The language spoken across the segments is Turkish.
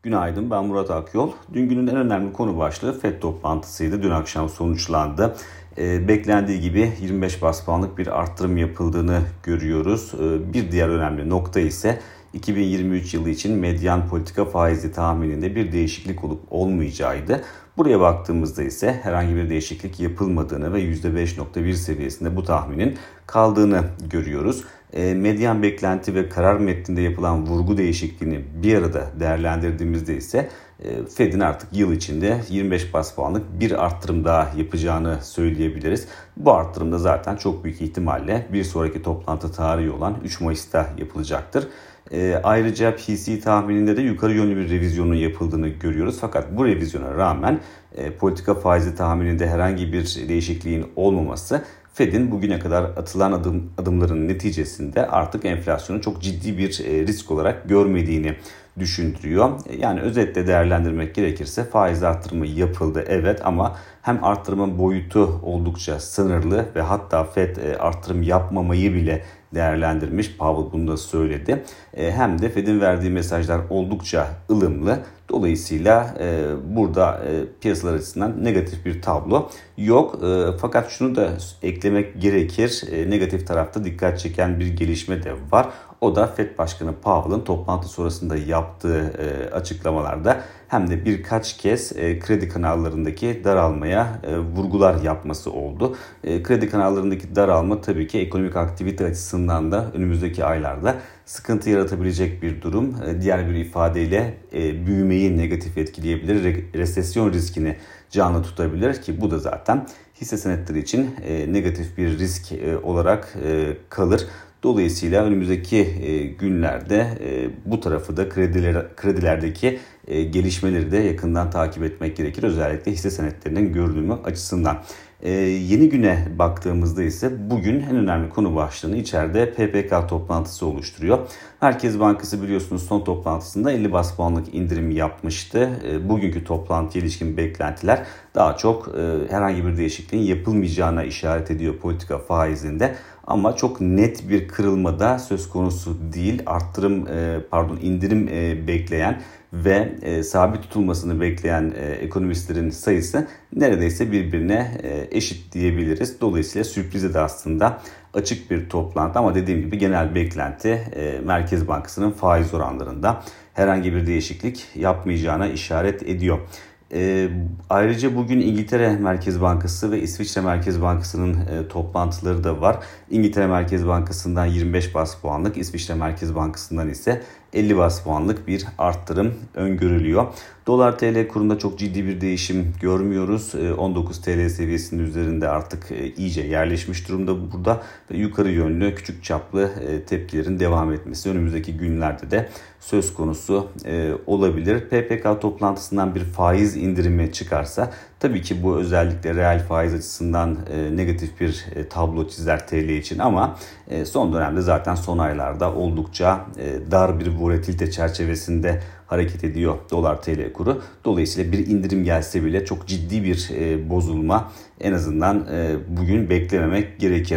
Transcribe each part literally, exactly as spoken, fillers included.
Günaydın, ben Murat Akyol. Dün günün en önemli konu başlığı F E D toplantısıydı. Dün akşam sonuçlandı. E, beklendiği gibi yirmi beş bas puanlık bir arttırım yapıldığını görüyoruz. E, bir diğer önemli nokta ise iki bin yirmi üç yılı için medyan politika faizi tahmininde bir değişiklik olup olmayacağıydı. Buraya baktığımızda ise herhangi bir değişiklik yapılmadığını ve yüzde beş virgül bir seviyesinde bu tahminin kaldığını görüyoruz. E, medyan beklenti ve karar metninde yapılan vurgu değişikliğini bir arada değerlendirdiğimizde ise e, F E D'in artık yıl içinde yirmi beş bas puanlık bir arttırım daha yapacağını söyleyebiliriz. Bu arttırım da zaten çok büyük ihtimalle bir sonraki toplantı tarihi olan üç Mayıs'ta yapılacaktır. E, ayrıca P C tahmininde de yukarı yönlü bir revizyonun yapıldığını görüyoruz. Fakat bu revizyona rağmen e, politika faizi tahmininde herhangi bir değişikliğin olmaması F E D'in bugüne kadar atılan adım, adımların neticesinde artık enflasyonu çok ciddi bir e, risk olarak görmediğini düşündürüyor. Yani özetle değerlendirmek gerekirse faiz arttırımı yapıldı, evet, ama hem arttırımın boyutu oldukça sınırlı ve hatta F E D arttırım yapmamayı bile değerlendirmiş. Powell bunu da söyledi. Hem de F E D'in verdiği mesajlar oldukça ılımlı. Dolayısıyla e, burada e, piyasalar açısından negatif bir tablo yok. E, fakat şunu da eklemek gerekir. E, negatif tarafta dikkat çeken bir gelişme de var. O da F E D Başkanı Powell'ın toplantı sonrasında yaptığı e, açıklamalarda hem de birkaç kez e, kredi kanallarındaki daralmaya e, vurgular yapması oldu. E, kredi kanallarındaki daralma tabii ki ekonomik aktivite açısından da önümüzdeki aylarda sıkıntı yaratabilecek bir durum. E, diğer bir ifadeyle e, büyümeyi negatif etkileyebilir, re- resesyon riskini canlı tutabilir ki bu da zaten hisse senetleri için e, negatif bir risk e, olarak e, kalır. Dolayısıyla önümüzdeki e, günlerde e, bu tarafı da krediler, kredilerdeki e, gelişmeleri de yakından takip etmek gerekir. Özellikle hisse senetlerinin görünümü açısından. E, yeni güne baktığımızda ise bugün en önemli konu başlığını içeride P P K toplantısı oluşturuyor. Merkez Bankası biliyorsunuz son toplantısında elli bas puanlık indirim yapmıştı. E, bugünkü toplantıya ilişkin beklentiler daha çok e, herhangi bir değişikliğin yapılmayacağına işaret ediyor politika faizinde. Ama çok net bir kırılmada söz konusu değil. Arttırım pardon indirim bekleyen ve sabit tutulmasını bekleyen ekonomistlerin sayısı neredeyse birbirine eşit diyebiliriz. Dolayısıyla sürprize de aslında açık bir toplantı ama dediğim gibi genel beklenti Merkez Bankası'nın faiz oranlarında herhangi bir değişiklik yapmayacağına işaret ediyor. E, ayrıca bugün İngiltere Merkez Bankası ve İsviçre Merkez Bankası'nın e, toplantıları da var. İngiltere Merkez Bankası'ndan yirmi beş bas puanlık, İsviçre Merkez Bankası'ndan ise elli bas puanlık bir arttırım öngörülüyor. Dolar T L kurunda çok ciddi bir değişim görmüyoruz. on dokuz T L seviyesinin üzerinde artık iyice yerleşmiş durumda burada ve yukarı yönlü küçük çaplı tepkilerin devam etmesi önümüzdeki günlerde de söz konusu olabilir. P P K toplantısından bir faiz indirimi çıkarsa tabii ki bu özellikle reel faiz açısından negatif bir tablo çizer T L için ama son dönemde zaten son aylarda oldukça dar bir volatilite çerçevesinde hareket ediyor dolar T L kuru. Dolayısıyla bir indirim gelse bile çok ciddi bir e, bozulma en azından e, bugün beklememek gerekir.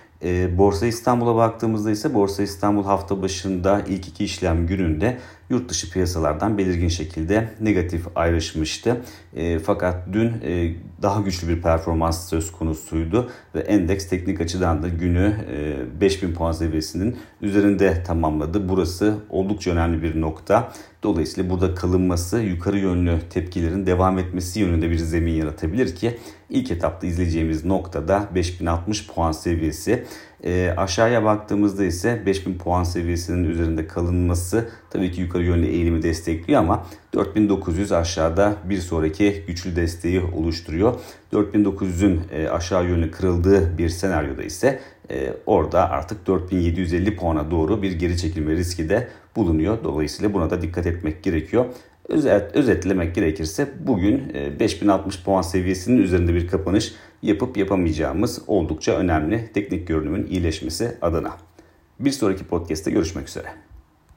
E, Borsa İstanbul'a baktığımızda ise Borsa İstanbul hafta başında ilk iki işlem gününde yurt dışı piyasalardan belirgin şekilde negatif ayrışmıştı. E, fakat dün e, daha güçlü bir performans söz konusuydu ve endeks teknik açıdan da günü e, beş bin puan seviyesinin üzerinde tamamladı. Burası oldukça önemli bir nokta. Dolayısıyla burada kalınması yukarı yönlü tepkilerin devam etmesi yönünde bir zemin yaratabilir ki ilk etapta izleyeceğimiz noktada beş bin altmış puan seviyesi. E, aşağıya baktığımızda ise beş bin puan seviyesinin üzerinde kalınması tabii ki yukarı yönlü eğilimi destekliyor ama dört bin dokuz yüz aşağıda bir sonraki güçlü desteği oluşturuyor. dört bin dokuz yüzün e, aşağı yönlü kırıldığı bir senaryoda ise e, orada artık dört bin yedi yüz elli puana doğru bir geri çekilme riski de bulunuyor. Dolayısıyla buna da dikkat etmek gerekiyor. Özet, özetlemek gerekirse bugün beş bin altmış puan seviyesinin üzerinde bir kapanış yapıp yapamayacağımız oldukça önemli teknik görünümün iyileşmesi adına. Bir sonraki podcast'te görüşmek üzere.